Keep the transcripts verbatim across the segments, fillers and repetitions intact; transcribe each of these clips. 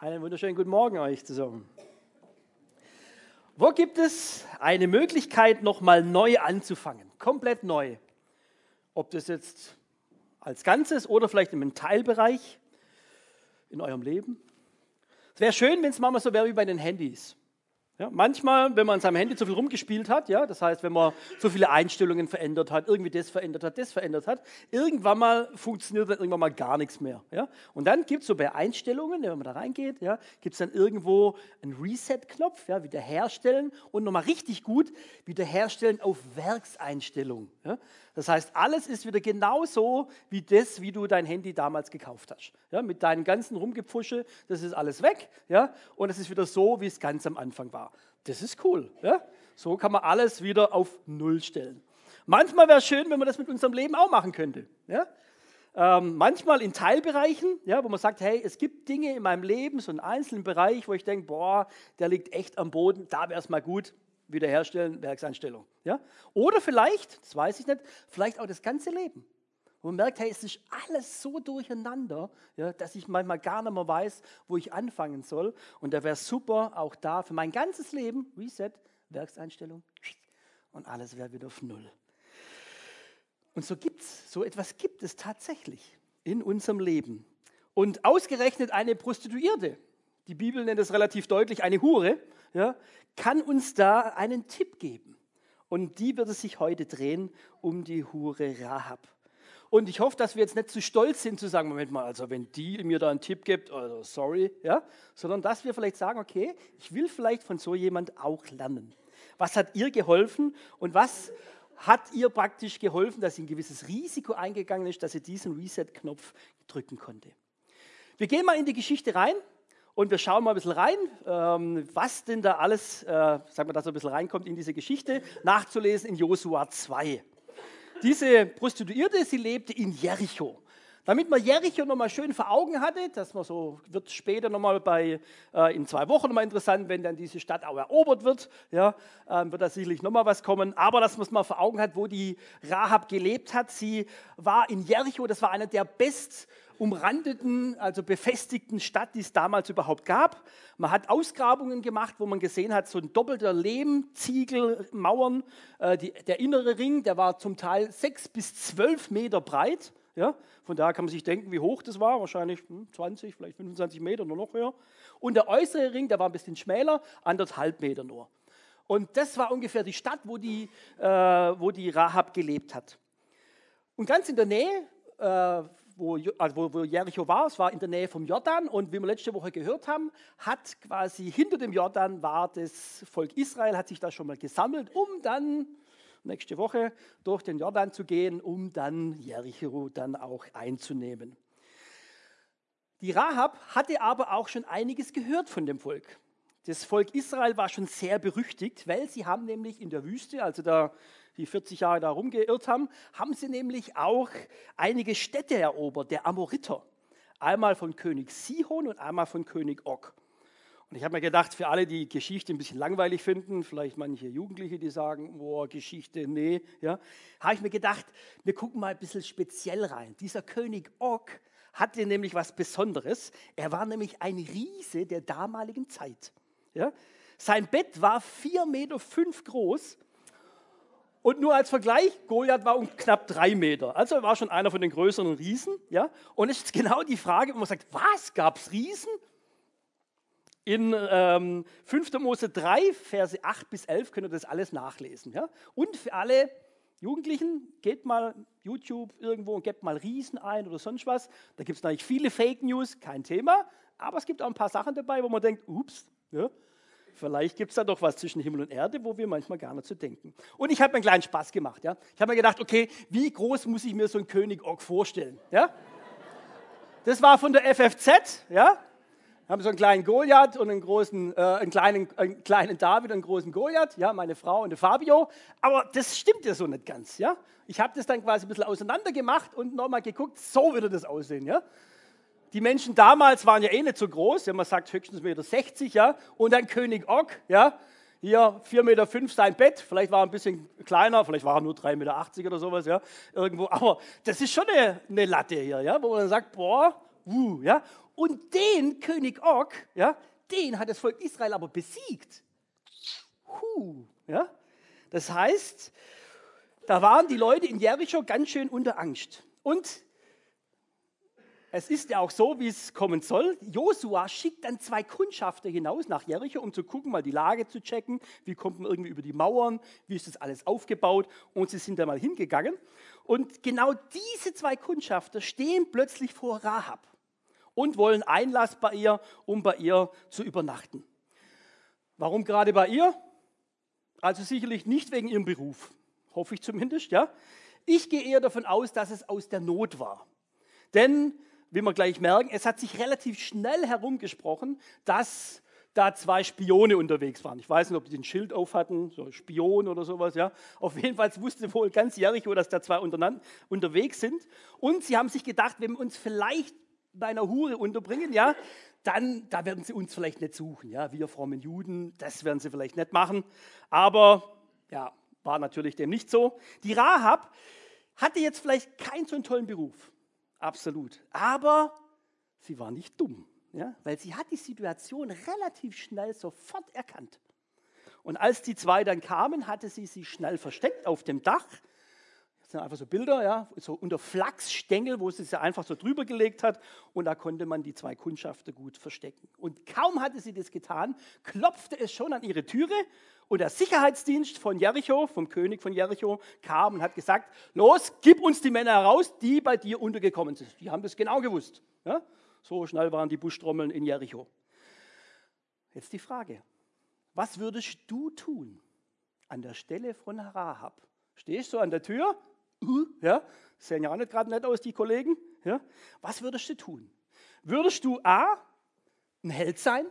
Einen wunderschönen guten Morgen euch zusammen. Wo gibt es eine Möglichkeit, nochmal neu anzufangen? Komplett neu. Ob das jetzt als Ganzes oder vielleicht in einem Teilbereich in eurem Leben. Es wäre schön, wenn es manchmal so wäre wie bei den Handys. Ja, manchmal, wenn man an seinem Handy zu viel rumgespielt hat, ja, das heißt, wenn man so viele Einstellungen verändert hat, irgendwie das verändert hat, das verändert hat, irgendwann mal funktioniert dann irgendwann mal gar nichts mehr. Ja. Und dann gibt es so bei Einstellungen, wenn man da reingeht, ja, gibt es dann irgendwo einen Reset-Knopf, ja, wiederherstellen und nochmal richtig gut wiederherstellen auf Werkseinstellung. Ja. Das heißt, alles ist wieder genauso wie das, wie du dein Handy damals gekauft hast. Ja, mit deinen ganzen Rumgepfusche, das ist alles weg, ja, und es ist wieder so, wie es ganz am Anfang war. Das ist cool. Ja? So kann man alles wieder auf Null stellen. Manchmal wäre es schön, wenn man das mit unserem Leben auch machen könnte. Ja? Ähm, manchmal in Teilbereichen, ja, wo man sagt, hey, es gibt Dinge in meinem Leben, so einen einzelnen Bereich, wo ich denke, boah, der liegt echt am Boden, da wäre es mal gut, wiederherstellen, Werkseinstellung. Ja? Oder vielleicht, das weiß ich nicht, vielleicht auch das ganze Leben. Wo man merkt, hey, es ist alles so durcheinander, ja, dass ich manchmal gar nicht mehr weiß, wo ich anfangen soll. Und da wäre super, auch da für mein ganzes Leben, Reset, Werkseinstellung und alles wäre wieder auf Null. Und so gibt's, so etwas gibt es tatsächlich in unserem Leben. Und ausgerechnet eine Prostituierte, die Bibel nennt es relativ deutlich, eine Hure, ja, kann uns da einen Tipp geben. Und die wird es sich heute drehen um die Hure Rahab. Und ich hoffe, dass wir jetzt nicht zu stolz sind, zu sagen, Moment mal, also wenn die mir da einen Tipp gibt, also sorry, ja, sondern dass wir vielleicht sagen, okay, ich will vielleicht von so jemand auch lernen. Was hat ihr geholfen und was hat ihr praktisch geholfen, dass sie ein gewisses Risiko eingegangen ist, dass sie diesen Reset-Knopf drücken konnte. Wir gehen mal in die Geschichte rein und wir schauen mal ein bisschen rein, ähm, was denn da alles, äh, sagen wir, dass so ein bisschen reinkommt in diese Geschichte, nachzulesen in Josua zwei. Diese Prostituierte, sie lebte in Jericho. Damit man Jericho nochmal schön vor Augen hatte, dass man so, wird später nochmal bei, äh, in zwei Wochen nochmal interessant, wenn dann diese Stadt auch erobert wird, ja, äh, wird da sicherlich nochmal was kommen. Aber dass man es mal vor Augen hat, wo die Rahab gelebt hat. Sie war in Jericho, das war eine der best umrandeten, also befestigten Stadt, die es damals überhaupt gab. Man hat Ausgrabungen gemacht, wo man gesehen hat, so ein doppelter Lehmziegelmauern. Äh, die, der innere Ring, der war zum Teil sechs bis zwölf Meter breit. Ja? Von daher kann man sich denken, wie hoch das war. Wahrscheinlich hm, zwanzig, vielleicht fünfundzwanzig Meter oder noch höher. Und der äußere Ring, der war ein bisschen schmäler, anderthalb Meter nur. Und das war ungefähr die Stadt, wo die, äh, wo die Rahab gelebt hat. Und ganz in der Nähe, äh, Wo, also wo, wo Jericho war, es war in der Nähe vom Jordan und wie wir letzte Woche gehört haben, hat quasi hinter dem Jordan war das Volk Israel, hat sich da schon mal gesammelt, um dann nächste Woche durch den Jordan zu gehen, um dann Jericho dann auch einzunehmen. Die Rahab hatte aber auch schon einiges gehört von dem Volk. Das Volk Israel war schon sehr berüchtigt, weil sie haben nämlich in der Wüste, also da die vierzig Jahre da rumgeirrt haben, haben sie nämlich auch einige Städte erobert, der Amoriter. Einmal von König Sihon und einmal von König Og. Und ich habe mir gedacht, für alle, die Geschichte ein bisschen langweilig finden, vielleicht manche Jugendliche, die sagen, boah, Geschichte, nee, ja, habe ich mir gedacht, wir gucken mal ein bisschen speziell rein. Dieser König Og hatte nämlich was Besonderes. Er war nämlich ein Riese der damaligen Zeit. Ja? Sein Bett war vier Meter fünf groß. Und nur als Vergleich, Goliath war um knapp drei Meter. Also er war schon einer von den größeren Riesen. Ja? Und es ist genau die Frage, wo man sagt, was, gab es Riesen? In ähm, fünfter Mose drei, Verse acht bis elf könnt ihr das alles nachlesen. Ja? Und für alle Jugendlichen, geht mal YouTube irgendwo und gebt mal Riesen ein oder sonst was. Da gibt es natürlich viele Fake News, kein Thema. Aber es gibt auch ein paar Sachen dabei, wo man denkt, ups, ja, vielleicht gibt es da doch was zwischen Himmel und Erde, wo wir manchmal gar nicht so denken. Und ich habe mir einen kleinen Spaß gemacht. Ja? Ich habe mir gedacht, okay, wie groß muss ich mir so einen König Og vorstellen? Ja? Das war von der F F Z. Ja? Wir haben so einen kleinen Goliath und einen, großen, äh, einen, kleinen, einen kleinen David und einen großen Goliath. Ja? Meine Frau und der Fabio. Aber das stimmt ja so nicht ganz. Ja? Ich habe das dann quasi ein bisschen auseinander gemacht und nochmal geguckt, so würde das aussehen. Ja? Die Menschen damals waren ja eh nicht so groß, ja, man sagt höchstens eins Komma sechzig Meter, ja, und dann König Og, ja, hier vier Meter fünf sein Bett, vielleicht war er ein bisschen kleiner, vielleicht war er nur drei Meter achtzig oder sowas, ja, irgendwo, aber das ist schon eine, eine Latte hier, ja, wo man dann sagt, boah, uh, ja, Und den König Og, ja, den hat das Volk Israel aber besiegt. Huh, ja? Das heißt, da waren die Leute in Jericho ganz schön unter Angst. Und es ist ja auch so, wie es kommen soll. Josua schickt dann zwei Kundschafter hinaus nach Jericho, um zu gucken, mal die Lage zu checken. Wie kommt man irgendwie über die Mauern? Wie ist das alles aufgebaut? Und sie sind da mal hingegangen. Und genau diese zwei Kundschafter stehen plötzlich vor Rahab und wollen Einlass bei ihr, um bei ihr zu übernachten. Warum gerade bei ihr? Also sicherlich nicht wegen ihrem Beruf, hoffe ich zumindest. Ja? Ich gehe eher davon aus, dass es aus der Not war. Denn, wie wir gleich merken, es hat sich relativ schnell herumgesprochen, dass da zwei Spione unterwegs waren. Ich weiß nicht, ob die den Schild auf hatten, so Spion oder sowas. Ja. Auf jeden Fall wusste wohl ganz Jericho, dass da zwei unterwegs sind. Und sie haben sich gedacht, wenn wir uns vielleicht bei einer Hure unterbringen, ja, dann da werden sie uns vielleicht nicht suchen. Ja. Wir frommen Juden, das werden sie vielleicht nicht machen. Aber ja, war natürlich dem nicht so. Die Rahab hatte jetzt vielleicht keinen so einen tollen Beruf. Absolut. Aber sie war nicht dumm, ja? Weil sie hat die Situation relativ schnell sofort erkannt. Und als die zwei dann kamen, hatte sie sie schnell versteckt auf dem Dach. Das sind einfach so Bilder, ja? So unter Flachsstängel, wo sie sie einfach so drüber gelegt hat. Und da konnte man die zwei Kundschafter gut verstecken. Und kaum hatte sie das getan, klopfte es schon an ihre Türe. Und der Sicherheitsdienst von Jericho, vom König von Jericho, kam und hat gesagt, los, gib uns die Männer heraus, die bei dir untergekommen sind. Die haben das genau gewusst. Ja? So schnell waren die Buschtrommeln in Jericho. Jetzt die Frage, was würdest du tun an der Stelle von Rahab? Stehst du an der Tür? Uh, ja, sehen ja auch nicht gerade nett aus, die Kollegen. Ja? Was würdest du tun? Würdest du A, ein Held sein?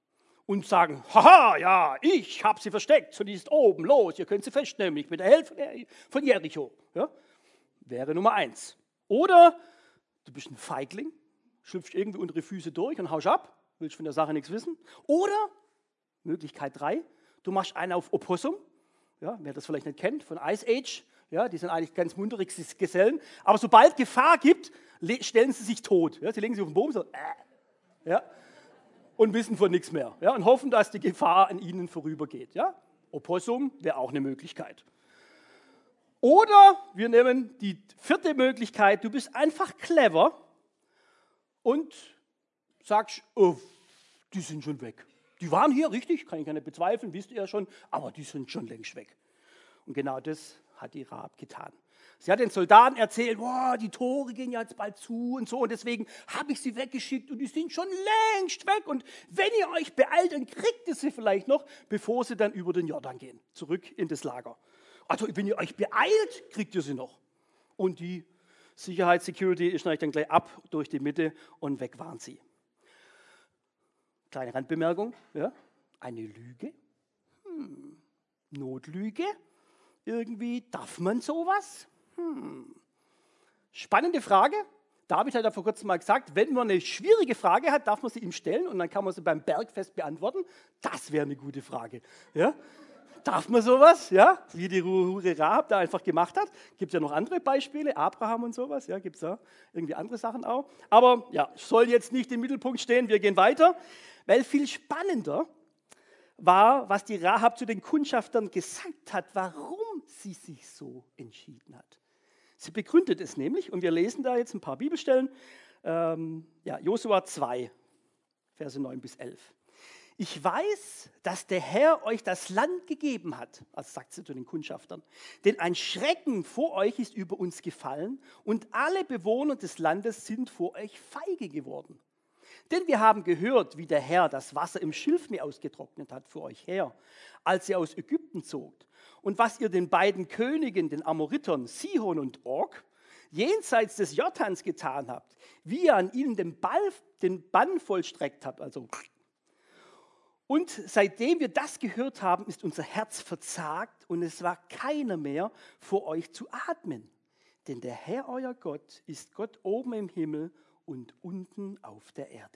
Und sagen, haha, ja, ich habe sie versteckt, so die ist oben, los, ihr könnt sie festnehmen, ich bin der Held von Jericho. Ja? Wäre Nummer eins. Oder du bist ein Feigling, schlüpfst irgendwie unter die Füße durch und haust ab, willst von der Sache nichts wissen. Oder, Möglichkeit drei, du machst einen auf Opossum, ja, wer das vielleicht nicht kennt, von Ice Age, ja, die sind eigentlich ganz muntere Gesellen, aber sobald Gefahr gibt, stellen sie sich tot. Ja? Sie legen sich auf den Boden, so, äh, ja, und wissen von nichts mehr, ja, und hoffen, dass die Gefahr an ihnen vorübergeht. Ja? Opossum wäre auch eine Möglichkeit. Oder wir nehmen die vierte Möglichkeit, du bist einfach clever und sagst, oh, die sind schon weg. Die waren hier, richtig, kann ich ja nicht bezweifeln, wisst ihr ja schon, aber die sind schon längst weg. Und genau das hat die Rahab getan. Sie hat den Soldaten erzählt, wow, die Tore gehen ja jetzt bald zu und so, und deswegen habe ich sie weggeschickt und die sind schon längst weg. Und wenn ihr euch beeilt, dann kriegt ihr sie vielleicht noch, bevor sie dann über den Jordan gehen, zurück in das Lager. Also wenn ihr euch beeilt, kriegt ihr sie noch. Und die Sicherheitssecurity ist natürlich dann gleich ab durch die Mitte und weg waren sie. Kleine Randbemerkung, ja? Eine Lüge, hm. Notlüge, irgendwie darf man sowas? Hm. Spannende Frage. David hat ja vor kurzem mal gesagt, wenn man eine schwierige Frage hat, darf man sie ihm stellen und dann kann man sie beim Bergfest beantworten. Das wäre eine gute Frage. Ja? Darf man sowas? Ja? Wie die Hure Rahab da einfach gemacht hat. Gibt ja noch andere Beispiele, Abraham und sowas. Ja, gibt es da irgendwie andere Sachen auch. Aber ja, soll jetzt nicht im Mittelpunkt stehen. Wir gehen weiter, weil viel spannender war, was die Rahab zu den Kundschaftern gesagt hat, warum sie sich so entschieden hat. Sie begründet es nämlich, und wir lesen da jetzt ein paar Bibelstellen, ähm, ja, Josua zwei, Verse neun bis elf. Ich weiß, dass der Herr euch das Land gegeben hat, also sagt sie zu den Kundschaftern, denn ein Schrecken vor euch ist über uns gefallen und alle Bewohner des Landes sind vor euch feige geworden. Denn wir haben gehört, wie der Herr das Wasser im Schilfmeer ausgetrocknet hat für euch her, als ihr aus Ägypten zogt. Und was ihr den beiden Königen, den Amoritern, Sihon und Og, jenseits des Jordans getan habt, wie ihr an ihnen den, Ball, den Bann vollstreckt habt. Also. Und seitdem wir das gehört haben, ist unser Herz verzagt und es war keiner mehr vor euch zu atmen. Denn der Herr, euer Gott, ist Gott oben im Himmel und unten auf der Erde.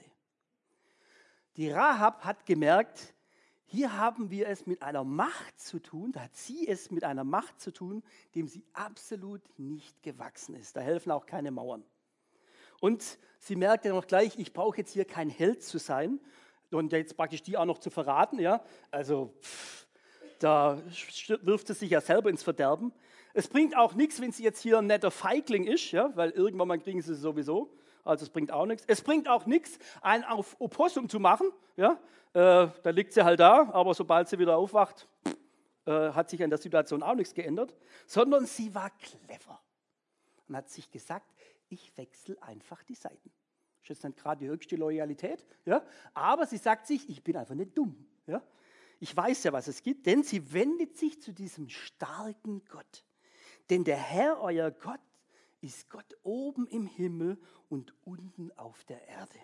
Die Rahab hat gemerkt, hier haben wir es mit einer Macht zu tun, da hat sie es mit einer Macht zu tun, dem sie absolut nicht gewachsen ist. Da helfen auch keine Mauern. Und sie merkt dann auch gleich, ich brauche jetzt hier kein Held zu sein und jetzt praktisch die auch noch zu verraten. Ja? Also pff, da wirft sie sich ja selber ins Verderben. Es bringt auch nichts, wenn sie jetzt hier ein netter Feigling ist, ja? Weil irgendwann mal kriegen sie sowieso. Also es bringt auch nichts. Es bringt auch nichts, einen auf Opossum zu machen. Ja? Äh, da liegt sie halt da, aber sobald sie wieder aufwacht, äh, hat sich an der Situation auch nichts geändert. Sondern sie war clever und hat sich gesagt, ich wechsle einfach die Seiten. Das ist jetzt nicht gerade die höchste Loyalität, ja? Aber sie sagt sich, ich bin einfach nicht dumm. Ja? Ich weiß ja, was es gibt, denn sie wendet sich zu diesem starken Gott. Denn der Herr, euer Gott, ist Gott oben im Himmel und unten auf der Erde.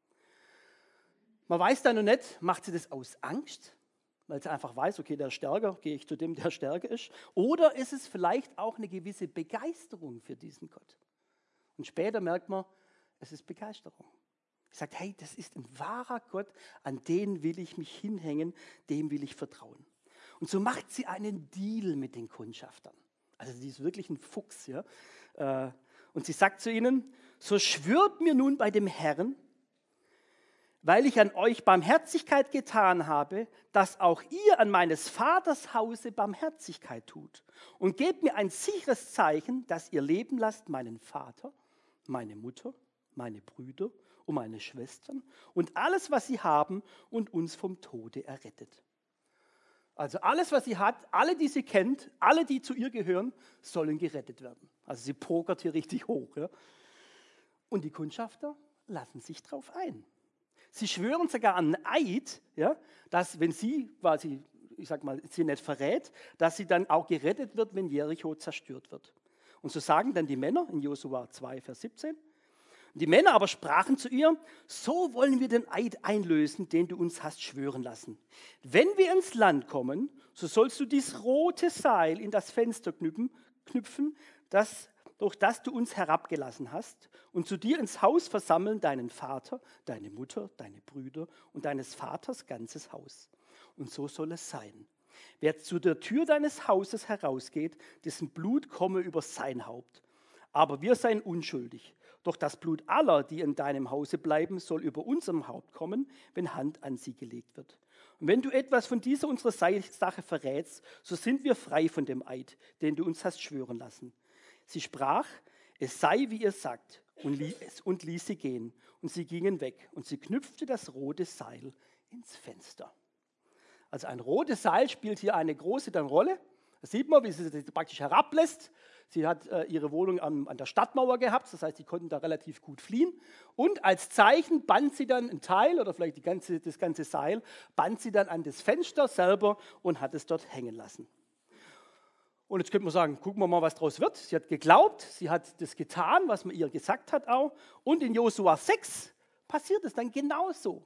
Man weiß da noch nicht, macht sie das aus Angst, weil sie einfach weiß, okay, der ist stärker, gehe ich zu dem, der stärker ist. Oder ist es vielleicht auch eine gewisse Begeisterung für diesen Gott? Und später merkt man, es ist Begeisterung. Sie sagt, hey, das ist ein wahrer Gott, an den will ich mich hinhängen, dem will ich vertrauen. Und so macht sie einen Deal mit den Kundschaftern. Also sie ist wirklich ein Fuchs. Ja? Und sie sagt zu ihnen, so schwört mir nun bei dem Herrn, weil ich an euch Barmherzigkeit getan habe, dass auch ihr an meines Vaters Hause Barmherzigkeit tut. Und gebt mir ein sicheres Zeichen, dass ihr leben lasst meinen Vater, meine Mutter, meine Brüder und meine Schwestern und alles, was sie haben und uns vom Tode errettet. Also alles, was sie hat, alle, die sie kennt, alle, die zu ihr gehören, sollen gerettet werden. Also sie pokert hier richtig hoch. Ja? Und die Kundschafter lassen sich drauf ein. Sie schwören sogar an Eid, ja, dass wenn sie quasi, ich sag mal, sie nicht verrät, dass sie dann auch gerettet wird, wenn Jericho zerstört wird. Und so sagen dann die Männer in Josua zwei, Vers siebzehn, die Männer aber sprachen zu ihr, so wollen wir den Eid einlösen, den du uns hast schwören lassen. Wenn wir ins Land kommen, so sollst du dies rote Seil in das Fenster knüpfen, das, durch das du uns herabgelassen hast, und zu dir ins Haus versammeln deinen Vater, deine Mutter, deine Brüder und deines Vaters ganzes Haus. Und so soll es sein. Wer zu der Tür deines Hauses herausgeht, dessen Blut komme über sein Haupt. Aber wir seien unschuldig. Doch das Blut aller, die in deinem Hause bleiben, soll über unserem Haupt kommen, wenn Hand an sie gelegt wird. Und wenn du etwas von dieser unserer Sache verrätst, so sind wir frei von dem Eid, den du uns hast schwören lassen. Sie sprach, es sei, wie ihr sagt, und ließ, und ließ sie gehen. Und sie gingen weg, und sie knüpfte das rote Seil ins Fenster. Also ein rotes Seil spielt hier eine große dann Rolle. Da sieht man, wie sie sie praktisch herablässt. Sie hat äh, ihre Wohnung an, an der Stadtmauer gehabt, das heißt, sie konnten da relativ gut fliehen. Und als Zeichen band sie dann ein Teil oder vielleicht die ganze, das ganze Seil, band sie dann an das Fenster selber und hat es dort hängen lassen. Und jetzt könnte man sagen, gucken wir mal, was daraus wird. Sie hat geglaubt, sie hat das getan, was man ihr gesagt hat auch. Und in Josua sechs passiert es dann genauso.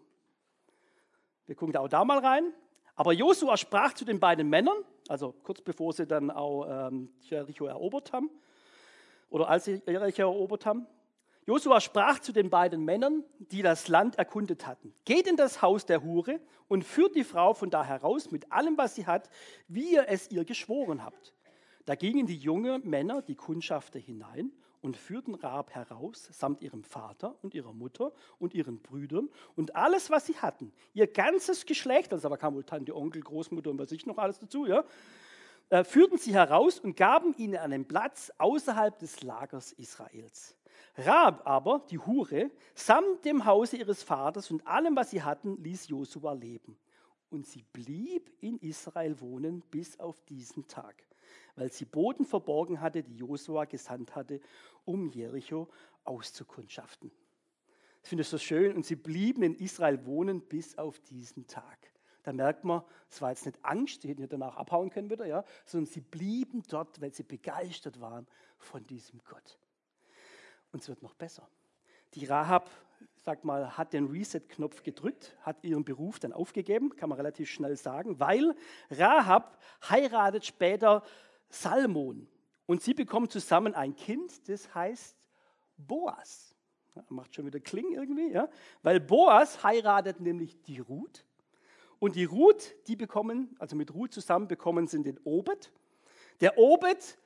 Wir gucken da auch da mal rein. Aber Josua sprach zu den beiden Männern, also kurz bevor sie dann auch ähm, Jericho erobert haben, oder als sie Jericho erobert haben. Josua sprach zu den beiden Männern, die das Land erkundet hatten. Geht in das Haus der Hure und führt die Frau von da heraus mit allem, was sie hat, wie ihr es ihr geschworen habt. Da gingen die jungen Männer, die Kundschafter, hinein und führten Rahab heraus, samt ihrem Vater und ihrer Mutter und ihren Brüdern und alles, was sie hatten. Ihr ganzes Geschlecht, also da kam wohl Tante, Onkel, Großmutter und was ich noch alles dazu, ja, äh, führten sie heraus und gaben ihnen einen Platz außerhalb des Lagers Israels. Rahab aber, die Hure, samt dem Hause ihres Vaters und allem, was sie hatten, ließ Josua leben. Und sie blieb in Israel wohnen bis auf diesen Tag, weil sie Boten verborgen hatte, die Josua gesandt hatte, um Jericho auszukundschaften. Ich finde es so schön. Und sie blieben in Israel wohnen bis auf diesen Tag. Da merkt man, es war jetzt nicht Angst, die hätten ja danach abhauen können wieder, ja, sondern sie blieben dort, weil sie begeistert waren von diesem Gott. Und es wird noch besser. Die Rahab, sag mal, hat den Reset-Knopf gedrückt, hat ihren Beruf dann aufgegeben, kann man relativ schnell sagen, weil Rahab heiratet später Salmon und sie bekommen zusammen ein Kind, das heißt Boas. Ja, macht schon wieder Kling irgendwie, ja? Weil Boas heiratet nämlich die Ruth und die Ruth, die bekommen, also mit Ruth zusammen bekommen sie den Obed. Der Obed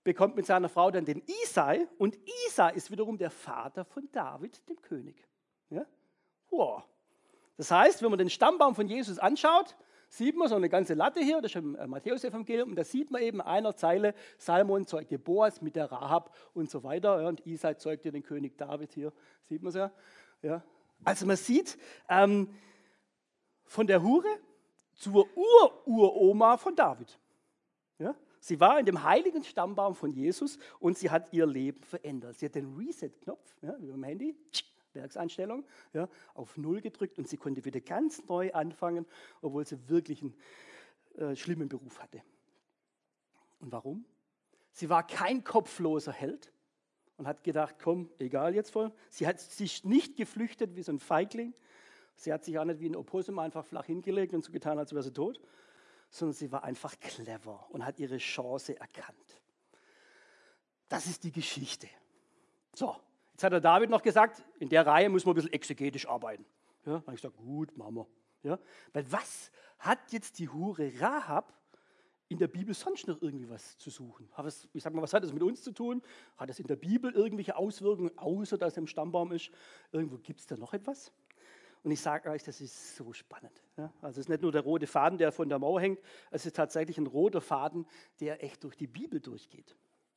bekommt mit seiner Frau dann den Isai und Isai ist wiederum der Vater von David, dem König. Ja? Wow. Das heißt, wenn man den Stammbaum von Jesus anschaut, sieht man so eine ganze Latte hier, das ist im Matthäus-Evangelium, und da sieht man eben in einer Zeile, Salmon zeugte Boas mit der Rahab und so weiter, ja, und Isai zeugte den König David hier, sieht man es ja. ja. Also man sieht, ähm, von der Hure zur Ur-Uroma von David. Ja. Sie war in dem heiligen Stammbaum von Jesus und sie hat ihr Leben verändert. Sie hat den Reset-Knopf, ja, wie beim Handy, Werkseinstellung, ja, auf Null gedrückt und sie konnte wieder ganz neu anfangen, obwohl sie wirklich einen äh, schlimmen Beruf hatte. Und warum? Sie war kein kopfloser Held und hat gedacht, komm, egal jetzt voll. Sie hat sich nicht geflüchtet wie so ein Feigling. Sie hat sich auch nicht wie ein Opossum einfach flach hingelegt und so getan, als wäre sie tot, sondern sie war einfach clever und hat ihre Chance erkannt. Das ist die Geschichte. So. Jetzt hat der David noch gesagt, in der Reihe muss man ein bisschen exegetisch arbeiten. Ja, dann habe ich gesagt, gut, machen wir. Ja, weil was hat jetzt die Hure Rahab in der Bibel sonst noch irgendwie was zu suchen? Ich sage mal, was hat das mit uns zu tun? Hat das in der Bibel irgendwelche Auswirkungen, außer dass es im Stammbaum ist? Irgendwo gibt es da noch etwas? Und ich sage euch, das ist so spannend. Ja, also es ist nicht nur der rote Faden, der von der Mauer hängt, es ist tatsächlich ein roter Faden, der echt durch die Bibel durchgeht.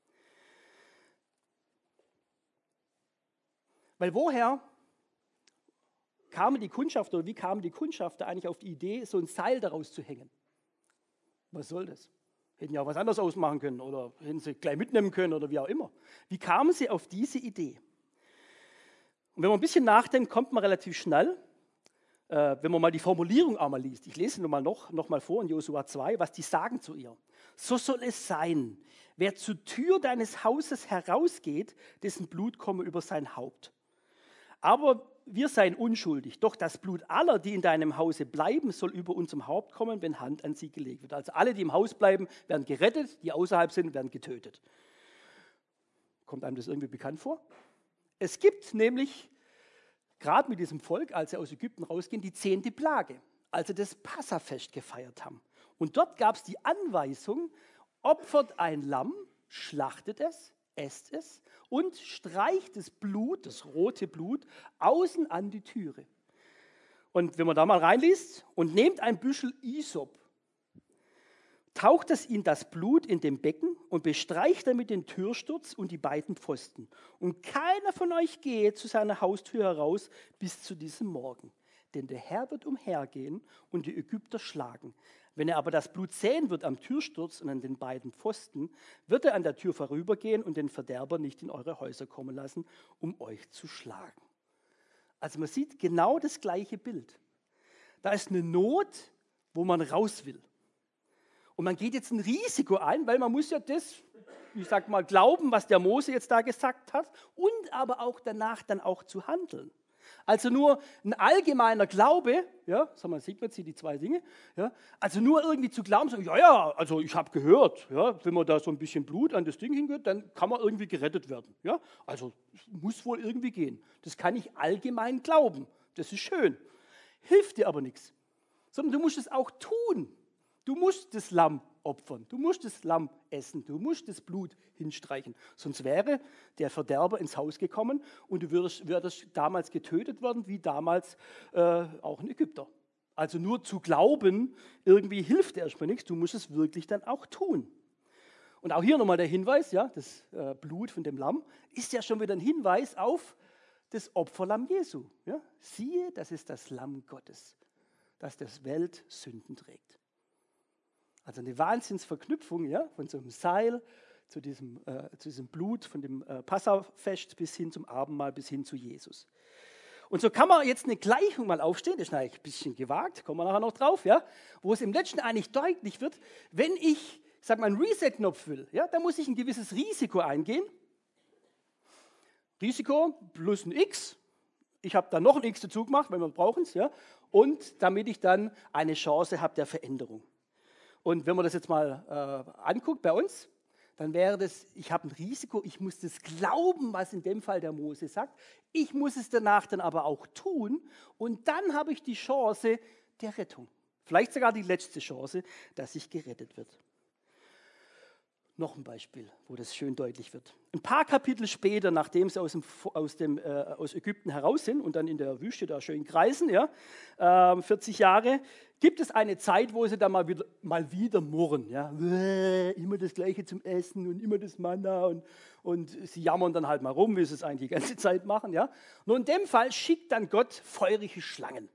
Weil woher kamen die Kundschafter oder wie kamen die Kundschafter eigentlich auf die Idee, so ein Seil daraus zu hängen? Was soll das? Hätten ja auch was anderes ausmachen können oder hätten sie gleich mitnehmen können oder wie auch immer. Wie kamen sie auf diese Idee? Und wenn man ein bisschen nachdenkt, kommt man relativ schnell, äh, wenn man mal die Formulierung einmal liest. Ich lese nochmal noch, noch mal vor in Josua zwei, was die sagen zu ihr. So soll es sein, wer zur Tür deines Hauses herausgeht, dessen Blut komme über sein Haupt. Aber wir seien unschuldig, doch das Blut aller, die in deinem Hause bleiben, soll über unserem Haupt kommen, wenn Hand an sie gelegt wird. Also alle, die im Haus bleiben, werden gerettet, die außerhalb sind, werden getötet. Kommt einem das irgendwie bekannt vor? Es gibt nämlich, gerade mit diesem Volk, als sie aus Ägypten rausgehen, die zehnte Plage, als sie das Passafest gefeiert haben. Und dort gab es die Anweisung, opfert ein Lamm, schlachtet es, esst es und streicht das Blut, das rote Blut, außen an die Türe. Und wenn man da mal reinliest und nehmt ein Büschel Isop, taucht es in das Blut in dem Becken und bestreicht damit den Türsturz und die beiden Pfosten. Und keiner von euch gehe zu seiner Haustür heraus bis zu diesem Morgen. Denn der Herr wird umhergehen und die Ägypter schlagen. Wenn er aber das Blut sehen wird am Türsturz und an den beiden Pfosten, wird er an der Tür vorübergehen und den Verderber nicht in eure Häuser kommen lassen, um euch zu schlagen. Also man sieht genau das gleiche Bild. Da ist eine Not, wo man raus will. Und man geht jetzt ein Risiko ein, weil man muss ja das, ich sag mal, glauben, was der Mose jetzt da gesagt hat und aber auch danach dann auch zu handeln. Also nur ein allgemeiner Glaube, ja, sag mal, sieht man jetzt hier die zwei Dinge, ja, also nur irgendwie zu glauben, so, ja, ja, also ich habe gehört, ja, wenn man da so ein bisschen Blut an das Ding hingeht, dann kann man irgendwie gerettet werden. Ja, also muss wohl irgendwie gehen. Das kann ich allgemein glauben, das ist schön. Hilft dir aber nichts, sondern du musst es auch tun. Du musst das Lamm opfern, du musst das Lamm essen, du musst das Blut hinstreichen. Sonst wäre der Verderber ins Haus gekommen und du würdest, würdest damals getötet worden, wie damals äh, auch ein Ägypter. Also nur zu glauben, irgendwie hilft erstmal nichts, du musst es wirklich dann auch tun. Und auch hier nochmal der Hinweis, ja, das äh, Blut von dem Lamm ist ja schon wieder ein Hinweis auf das Opferlamm Jesu. Ja. Siehe, das ist das Lamm Gottes, das das Weltsünden trägt. Also eine Wahnsinnsverknüpfung, ja, von so einem Seil zu diesem, äh, zu diesem Blut, von dem äh, Passafest bis hin zum Abendmahl, bis hin zu Jesus. Und so kann man jetzt eine Gleichung mal aufstellen, das ist eigentlich ein bisschen gewagt, kommen wir nachher noch drauf, ja, wo es im Letzten eigentlich deutlich wird, wenn ich, sag mal, einen Reset-Knopf will, ja, dann muss ich ein gewisses Risiko eingehen. Risiko plus ein X. Ich habe dann noch ein X dazu gemacht, wenn wir brauchen es, ja, und damit ich dann eine Chance habe der Veränderung. Und wenn man das jetzt mal äh, anguckt bei uns, dann wäre das, ich habe ein Risiko, ich muss das glauben, was in dem Fall der Mose sagt. Ich muss es danach dann aber auch tun und dann habe ich die Chance der Rettung. Vielleicht sogar die letzte Chance, dass ich gerettet wird. Noch ein Beispiel, wo das schön deutlich wird. Ein paar Kapitel später, nachdem sie aus, dem, aus, dem, äh, aus Ägypten heraus sind und dann in der Wüste da schön kreisen, ja, äh, vierzig Jahre, gibt es eine Zeit, wo sie dann mal wieder, mal wieder murren. Ja. Immer das Gleiche zum Essen und immer das Manna und, und sie jammern dann halt mal rum, wie sie es eigentlich die ganze Zeit machen. Ja. Nur in dem Fall schickt dann Gott feurige Schlangen.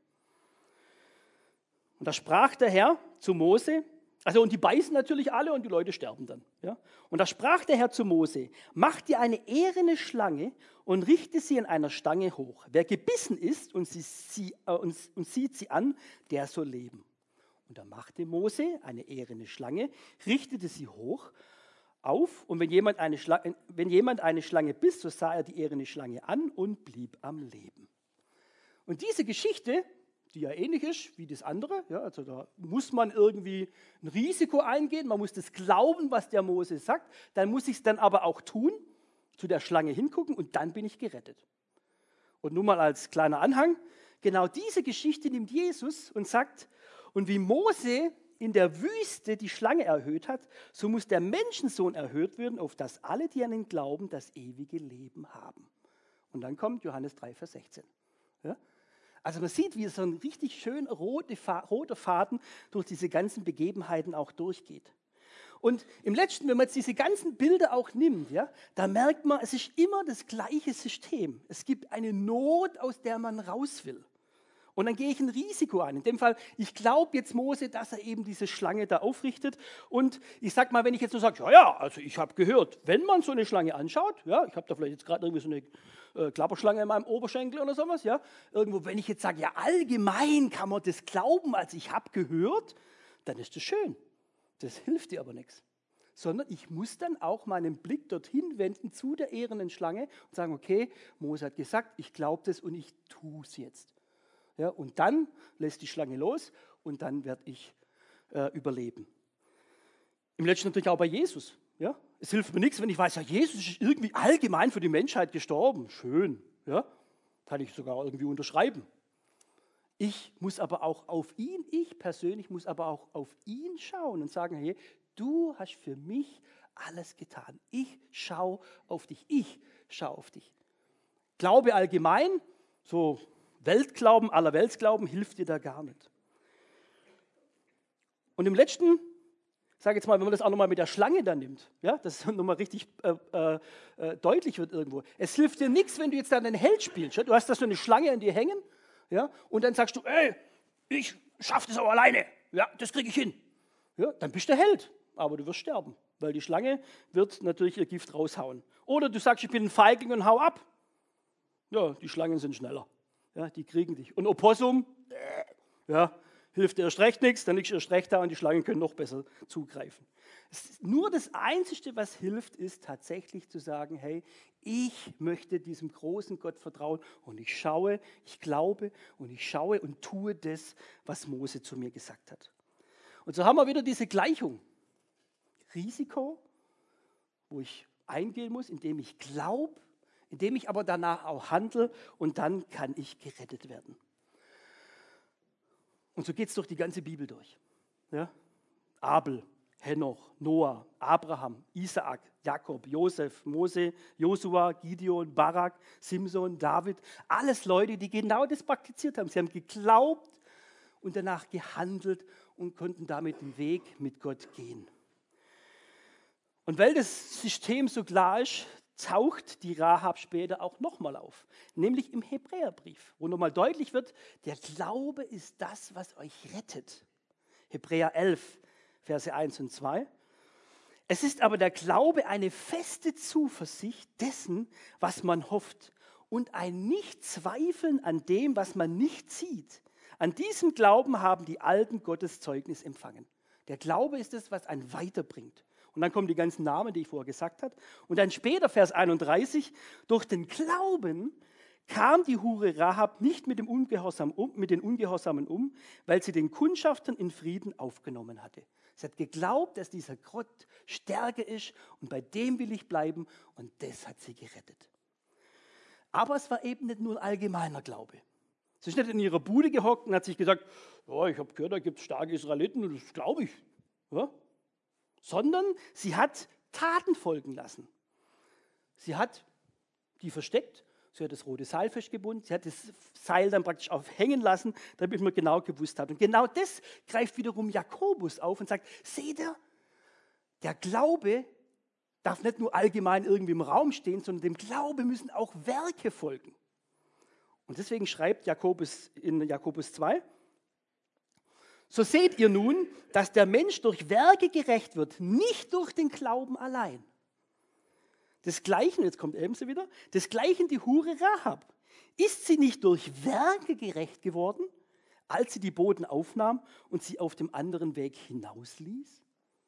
Und da sprach der Herr zu Mose, also und die beißen natürlich alle und die Leute sterben dann. Ja? Und da sprach der Herr zu Mose, mach dir eine eherne Schlange und richte sie an einer Stange hoch. Wer gebissen ist und, sie, sie, äh, und, und sieht sie an, der soll leben. Und da machte Mose eine eherne Schlange, richtete sie hoch auf und wenn jemand eine Schlange, wenn jemand eine Schlange biss, so sah er die eherne Schlange an und blieb am Leben. Und diese Geschichte, die ja ähnlich ist wie das andere. Ja, also da muss man irgendwie ein Risiko eingehen, man muss das glauben, was der Mose sagt, dann muss ich es dann aber auch tun, zu der Schlange hingucken und dann bin ich gerettet. Und nun mal als kleiner Anhang, genau diese Geschichte nimmt Jesus und sagt, und wie Mose in der Wüste die Schlange erhöht hat, so muss der Menschensohn erhöht werden, auf dass alle, die an ihn glauben, das ewige Leben haben. Und dann kommt Johannes drei, Vers sechzehn. Ja? Also man sieht, wie so ein richtig schön roter Faden durch diese ganzen Begebenheiten auch durchgeht. Und im Letzten, wenn man jetzt diese ganzen Bilder auch nimmt, ja, da merkt man, es ist immer das gleiche System. Es gibt eine Not, aus der man raus will. Und dann gehe ich ein Risiko ein. In dem Fall, ich glaube jetzt Mose, dass er eben diese Schlange da aufrichtet. Und ich sage mal, wenn ich jetzt nur sage, ja, ja, also ich habe gehört, wenn man so eine Schlange anschaut, ja, ich habe da vielleicht jetzt gerade irgendwie so eine äh, Klapperschlange in meinem Oberschenkel oder sowas, ja, irgendwo, wenn ich jetzt sage, ja, allgemein kann man das glauben, als ich habe gehört, dann ist das schön. Das hilft dir aber nichts. Sondern ich muss dann auch meinen Blick dorthin wenden zu der ehrenden Schlange und sagen, okay, Mose hat gesagt, ich glaube das und ich tue es jetzt. Ja, und dann lässt die Schlange los und dann werde ich äh, überleben. Im Letzten natürlich auch bei Jesus. Ja? Es hilft mir nichts, wenn ich weiß, ja, Jesus ist irgendwie allgemein für die Menschheit gestorben. Schön, ja? Kann ich sogar irgendwie unterschreiben. Ich muss aber auch auf ihn, ich persönlich muss aber auch auf ihn schauen und sagen, hey, du hast für mich alles getan. Ich schaue auf dich, ich schaue auf dich. Glaube allgemein, so Weltglauben, aller Weltsglauben hilft dir da gar nicht. Und im Letzten, sage jetzt mal, wenn man das auch nochmal mit der Schlange dann nimmt, ja, dass es nochmal richtig äh, äh, deutlich wird irgendwo. Es hilft dir nichts, wenn du jetzt dann einen Held spielst. Ja? Du hast da so eine Schlange an dir hängen, ja, und dann sagst du, ey, ich schaffe das auch alleine, ja, das kriege ich hin. Ja, dann bist du der Held, aber du wirst sterben, weil die Schlange wird natürlich ihr Gift raushauen. Oder du sagst, ich bin ein Feigling und hau ab. Ja, die Schlangen sind schneller. Ja, die kriegen dich. Und Opossum, äh, ja, hilft dir erst recht nichts, dann liegst du erst recht da und die Schlangen können noch besser zugreifen. Es ist nur das Einzige, was hilft, ist tatsächlich zu sagen, hey, ich möchte diesem großen Gott vertrauen und ich schaue, ich glaube und ich schaue und tue das, was Mose zu mir gesagt hat. Und so haben wir wieder diese Gleichung. Risiko, wo ich eingehen muss, indem ich glaube, indem ich aber danach auch handle und dann kann ich gerettet werden. Und so geht es durch die ganze Bibel durch. Ja? Abel, Henoch, Noah, Abraham, Isaak, Jakob, Josef, Mose, Josua, Gideon, Barak, Simson, David. Alles Leute, die genau das praktiziert haben. Sie haben geglaubt und danach gehandelt und konnten damit den Weg mit Gott gehen. Und weil das System so klar ist, taucht die Rahab später auch nochmal auf, nämlich im Hebräerbrief, wo nochmal deutlich wird, der Glaube ist das, was euch rettet. Hebräer elf, Verse eins und zwei. Es ist aber der Glaube eine feste Zuversicht dessen, was man hofft und ein Nichtzweifeln an dem, was man nicht sieht. An diesem Glauben haben die Alten Gottes Zeugnis empfangen. Der Glaube ist es, was einen weiterbringt. Und dann kommen die ganzen Namen, die ich vorher gesagt habe. Und dann später, Vers einunddreißig, durch den Glauben kam die Hure Rahab nicht mit, dem Ungehorsam um, mit den Ungehorsamen um, weil sie den Kundschaftern in Frieden aufgenommen hatte. Sie hat geglaubt, dass dieser Gott stärker ist und bei dem will ich bleiben und das hat sie gerettet. Aber es war eben nicht nur ein allgemeiner Glaube. Sie ist nicht in ihrer Bude gehockt und hat sich gesagt, oh, ich habe gehört, da gibt es starke Israeliten und das glaube ich. Ja? Sondern sie hat Taten folgen lassen. Sie hat die versteckt, sie hat das rote Seil festgebunden, sie hat das Seil dann praktisch aufhängen lassen, damit man genau gewusst hat. Und genau das greift wiederum Jakobus auf und sagt, seht ihr, der Glaube darf nicht nur allgemein irgendwie im Raum stehen, sondern dem Glaube müssen auch Werke folgen. Und deswegen schreibt Jakobus in Jakobus zwei, so seht ihr nun, dass der Mensch durch Werke gerecht wird, nicht durch den Glauben allein. Desgleichen, jetzt kommt ebenso wieder, desgleichen die Hure Rahab. Ist sie nicht durch Werke gerecht geworden, als sie die Boten aufnahm und sie auf dem anderen Weg hinausließ?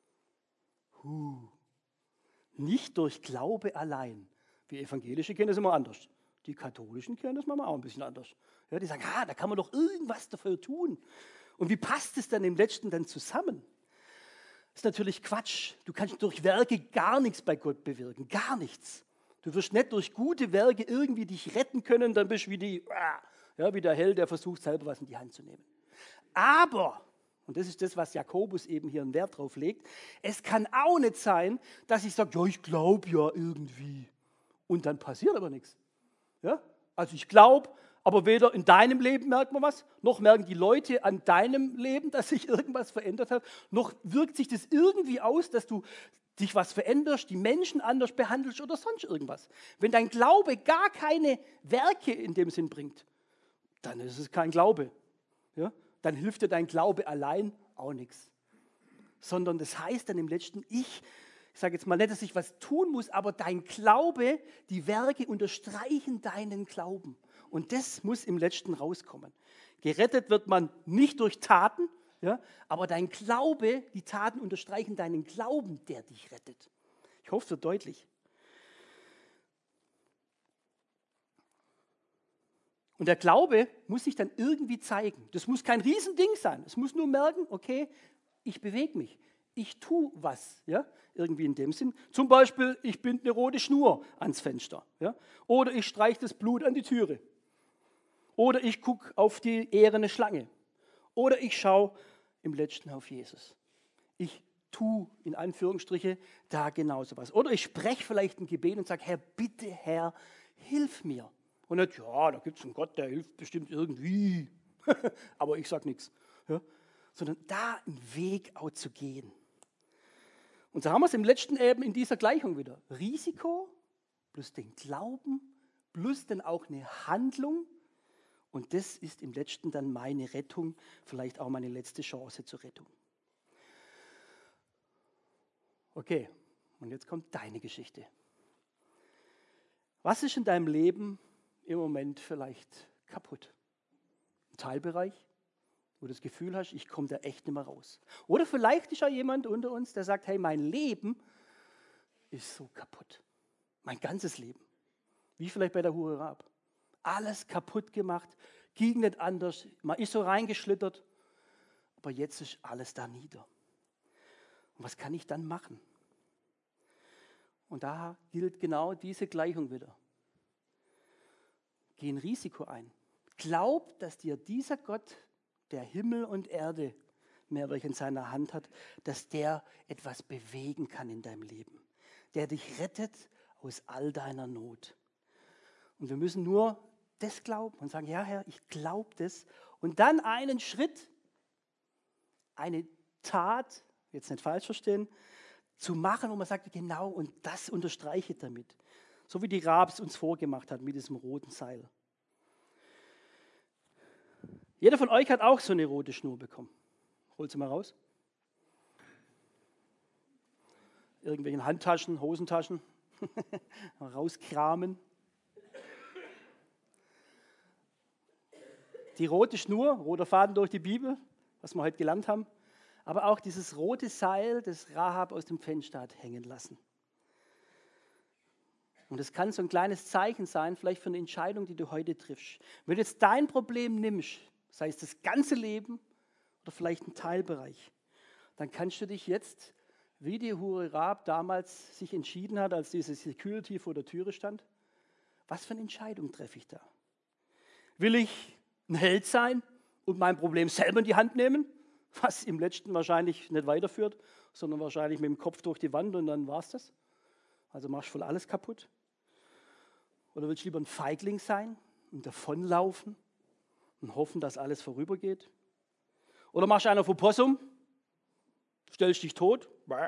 Huh. Nicht durch Glaube allein. Wir Evangelische kennen das immer anders. Die Katholischen kennen das manchmal auch ein bisschen anders. Ja, die sagen, ah, da kann man doch irgendwas dafür tun. Und wie passt es dann im Letzten dann zusammen? Das ist natürlich Quatsch. Du kannst durch Werke gar nichts bei Gott bewirken. Gar nichts. Du wirst nicht durch gute Werke irgendwie dich retten können, dann bist du wie, die, ja, wie der Held, der versucht, selber was in die Hand zu nehmen. Aber, und das ist das, was Jakobus eben hier einen Wert drauf legt, es kann auch nicht sein, dass ich sage, ja, ich glaube ja irgendwie. Und dann passiert aber nichts. Ja? Also ich glaube, aber weder in deinem Leben merkt man was, noch merken die Leute an deinem Leben, dass sich irgendwas verändert hat, noch wirkt sich das irgendwie aus, dass du dich was veränderst, die Menschen anders behandelst oder sonst irgendwas. Wenn dein Glaube gar keine Werke in dem Sinn bringt, dann ist es kein Glaube. Ja? Dann hilft dir dein Glaube allein auch nichts. Sondern das heißt dann im Letzten, ich, ich sage jetzt mal nicht, dass ich was tun muss, aber dein Glaube, die Werke unterstreichen deinen Glauben. Und das muss im Letzten rauskommen. Gerettet wird man nicht durch Taten, ja, aber dein Glaube, die Taten unterstreichen deinen Glauben, der dich rettet. Ich hoffe, es wird deutlich. Und der Glaube muss sich dann irgendwie zeigen. Das muss kein Riesending sein. Es muss nur merken, okay, ich bewege mich. Ich tue was, ja, irgendwie in dem Sinn. Zum Beispiel, ich binde eine rote Schnur ans Fenster. Ja, oder ich streiche das Blut an die Türe. Oder ich gucke auf die ehrene Schlange. Oder ich schaue im Letzten auf Jesus. Ich tue, in Anführungsstriche, da genauso was. Oder ich spreche vielleicht ein Gebet und sage, Herr, bitte, Herr, hilf mir. Und nicht, ja, da gibt es einen Gott, der hilft bestimmt irgendwie. Aber ich sage nichts. Ja? Sondern da einen Weg auch zu gehen. Und so haben wir es im Letzten eben in dieser Gleichung wieder. Risiko plus den Glauben plus dann auch eine Handlung. Und das ist im Letzten dann meine Rettung, vielleicht auch meine letzte Chance zur Rettung. Okay, und jetzt kommt deine Geschichte. Was ist in deinem Leben im Moment vielleicht kaputt? Ein Teilbereich, wo du das Gefühl hast, ich komme da echt nicht mehr raus. Oder vielleicht ist ja jemand unter uns, der sagt, hey, mein Leben ist so kaputt. Mein ganzes Leben. Wie vielleicht bei der Hure Rahab. Alles kaputt gemacht, ging nicht anders, man ist so reingeschlittert, aber jetzt ist alles da nieder. Und was kann ich dann machen? Und da gilt genau diese Gleichung wieder. Geh ein Risiko ein. Glaub, dass dir dieser Gott, der Himmel und Erde mehrheitlich in seiner Hand hat, dass der etwas bewegen kann in deinem Leben. Der dich rettet aus all deiner Not. Und wir müssen nur das glauben und sagen, ja Herr, ich glaube das. Und dann einen Schritt, eine Tat, jetzt nicht falsch verstehen, zu machen, wo man sagt, genau, und das unterstreiche damit. So wie die Rahab es uns vorgemacht hat mit diesem roten Seil. Jeder von euch hat auch so eine rote Schnur bekommen. Holt sie mal raus. Irgendwelchen Handtaschen, Hosentaschen. Rauskramen. Die rote Schnur, roter Faden durch die Bibel, was wir heute gelernt haben, aber auch dieses rote Seil, das Rahab aus dem Fenster hat hängen lassen. Und das kann so ein kleines Zeichen sein, vielleicht für eine Entscheidung, die du heute triffst. Wenn du jetzt dein Problem nimmst, sei es das ganze Leben oder vielleicht ein Teilbereich, dann kannst du dich jetzt, wie die Hure Rahab damals sich entschieden hat, als diese Security vor der Türe stand, was für eine Entscheidung treffe ich da? Will ich ein Held sein und mein Problem selber in die Hand nehmen? was im letzten wahrscheinlich nicht weiterführt, sondern wahrscheinlich mit dem Kopf durch die Wand und dann war es das. Also machst du voll alles kaputt. Oder willst du lieber ein Feigling sein und davonlaufen und hoffen, dass alles vorübergeht? Oder machst du einen auf Opossum, stellst dich tot,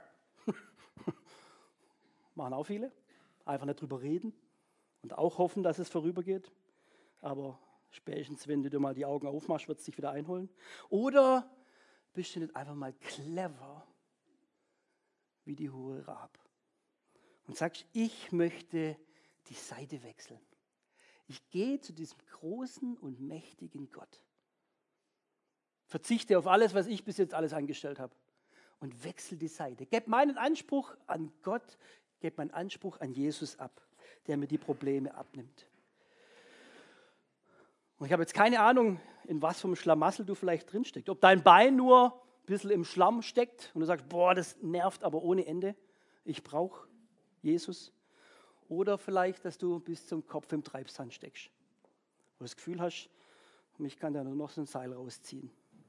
machen auch viele, einfach nicht drüber reden und auch hoffen, dass es vorübergeht. Aber spätestens, wenn du dir mal die Augen aufmachst, wird es dich wieder einholen. Oder bist du nicht einfach mal clever wie die Hure Rahab und sagst, ich möchte die Seite wechseln. Ich gehe zu diesem großen und mächtigen Gott. Verzichte auf alles, was ich bis jetzt alles angestellt habe und wechsle die Seite. Gebe meinen Anspruch an Gott, gebe meinen Anspruch an Jesus ab, der mir die Probleme abnimmt. Und ich habe jetzt keine Ahnung, in was für einem Schlamassel du vielleicht drinsteckst. Ob dein Bein nur ein bisschen im Schlamm steckt und du sagst, boah, das nervt aber ohne Ende. Ich brauche Jesus. Oder vielleicht, dass du bis zum Kopf im Treibsand steckst. Wo du das Gefühl hast, mich kann da nur noch so ein Seil rausziehen.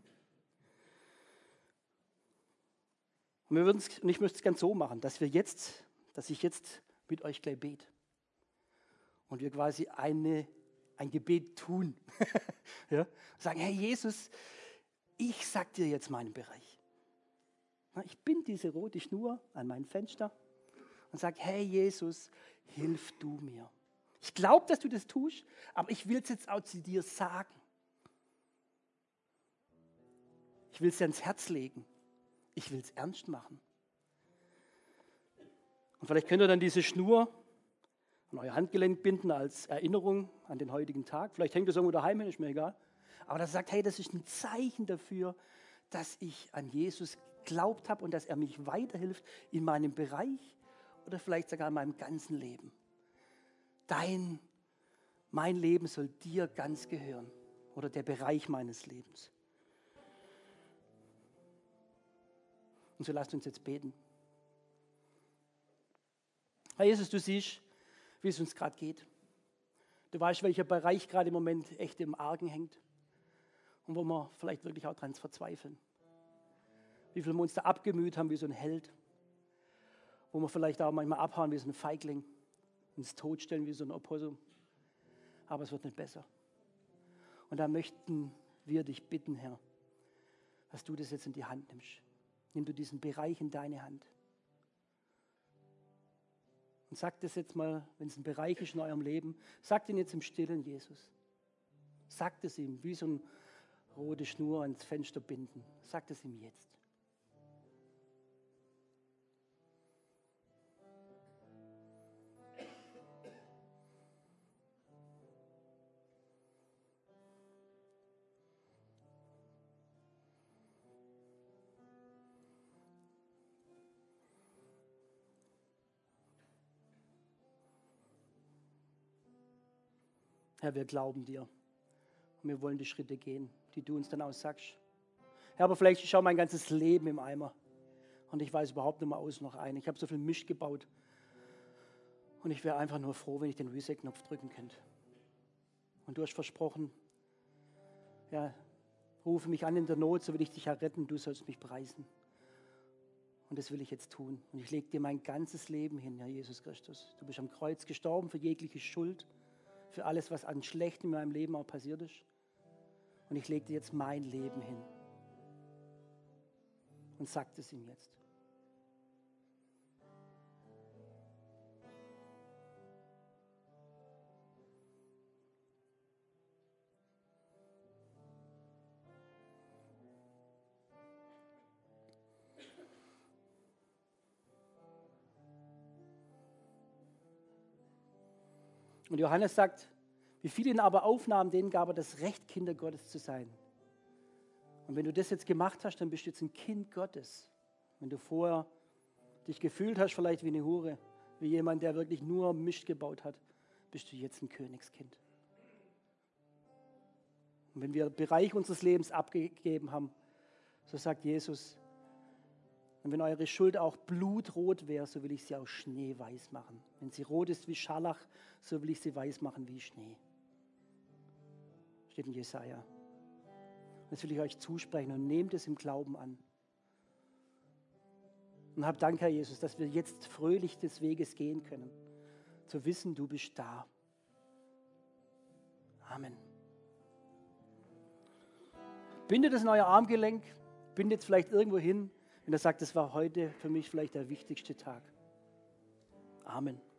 Und, wir würden's, und ich möchte es ganz so machen, dass wir jetzt, dass ich jetzt mit euch gleich bete. Und wir quasi eine, ein Gebet tun. Ja? Sagen, Herr Jesus, ich sag dir jetzt meinen Bereich. Ich bin diese rote Schnur an meinem Fenster und sage, hey Jesus, hilf du mir. Ich glaube, dass du das tust, aber ich will es jetzt auch zu dir sagen. Ich will es dir ans Herz legen. Ich will es ernst machen. Und vielleicht könnt ihr dann diese Schnur an euer Handgelenk binden als Erinnerung an den heutigen Tag. Vielleicht hängt es irgendwo daheim hin, ist mir egal. Aber das sagt, hey, das ist ein Zeichen dafür, dass ich an Jesus geglaubt habe und dass er mich weiterhilft in meinem Bereich oder vielleicht sogar in meinem ganzen Leben. Dein, mein Leben soll dir ganz gehören oder der Bereich meines Lebens. Und so lasst uns jetzt beten. Herr Jesus, du siehst, wie es uns gerade geht. Du weißt, welcher Bereich gerade im Moment echt im Argen hängt und wo wir vielleicht wirklich auch dran verzweifeln. Wie viel wir uns da abgemüht haben wie so ein Held, wo wir vielleicht auch manchmal abhauen wie so ein Feigling, uns totstellen wie so ein Opossum. Aber es wird nicht besser. Und da möchten wir dich bitten, Herr, dass du das jetzt in die Hand nimmst. Nimm du diesen Bereich in deine Hand. Und sag das jetzt mal, wenn es ein Bereich ist in eurem Leben, sagt ihn jetzt im Stillen, Jesus. Sagt es ihm, wie so eine rote Schnur ans Fenster binden. Sagt es ihm jetzt. Herr, wir glauben dir und wir wollen die Schritte gehen, die du uns dann aussagst. Herr, aber vielleicht schau mein ganzes Leben im Eimer und ich weiß überhaupt nicht mehr aus noch ein. Ich habe so viel Mist gebaut und ich wäre einfach nur froh, wenn ich den Reset-Knopf drücken könnte. Und du hast versprochen, ja, rufe mich an in der Not, so will ich dich erretten, du sollst mich preisen. Und das will ich jetzt tun. Und ich lege dir mein ganzes Leben hin, Herr Jesus Christus. Du bist am Kreuz gestorben für jegliche Schuld, für alles, was an Schlechtem in meinem Leben auch passiert ist. Und ich lege dir jetzt mein Leben hin. Und sag es ihm jetzt. Und Johannes sagt, wie viele ihn aber aufnahmen, denen gab er das Recht, Kinder Gottes zu sein. Und wenn du das jetzt gemacht hast, dann bist du jetzt ein Kind Gottes. Wenn du vorher dich gefühlt hast, vielleicht wie eine Hure, wie jemand, der wirklich nur Mist gebaut hat, bist du jetzt ein Königskind. Und wenn wir den Bereich unseres Lebens abgegeben haben, so sagt Jesus, und wenn eure Schuld auch blutrot wäre, so will ich sie auch schneeweiß machen. Wenn sie rot ist wie Scharlach, so will ich sie weiß machen wie Schnee. Steht in Jesaja. Das will ich euch zusprechen und nehmt es im Glauben an. Und hab Dank, Herr Jesus, dass wir jetzt fröhlich des Weges gehen können, zu wissen, du bist da. Amen. Bindet es in euer Armgelenk, bindet es vielleicht irgendwo hin, wenn ihr sagt, das war heute für mich vielleicht der wichtigste Tag. Amen.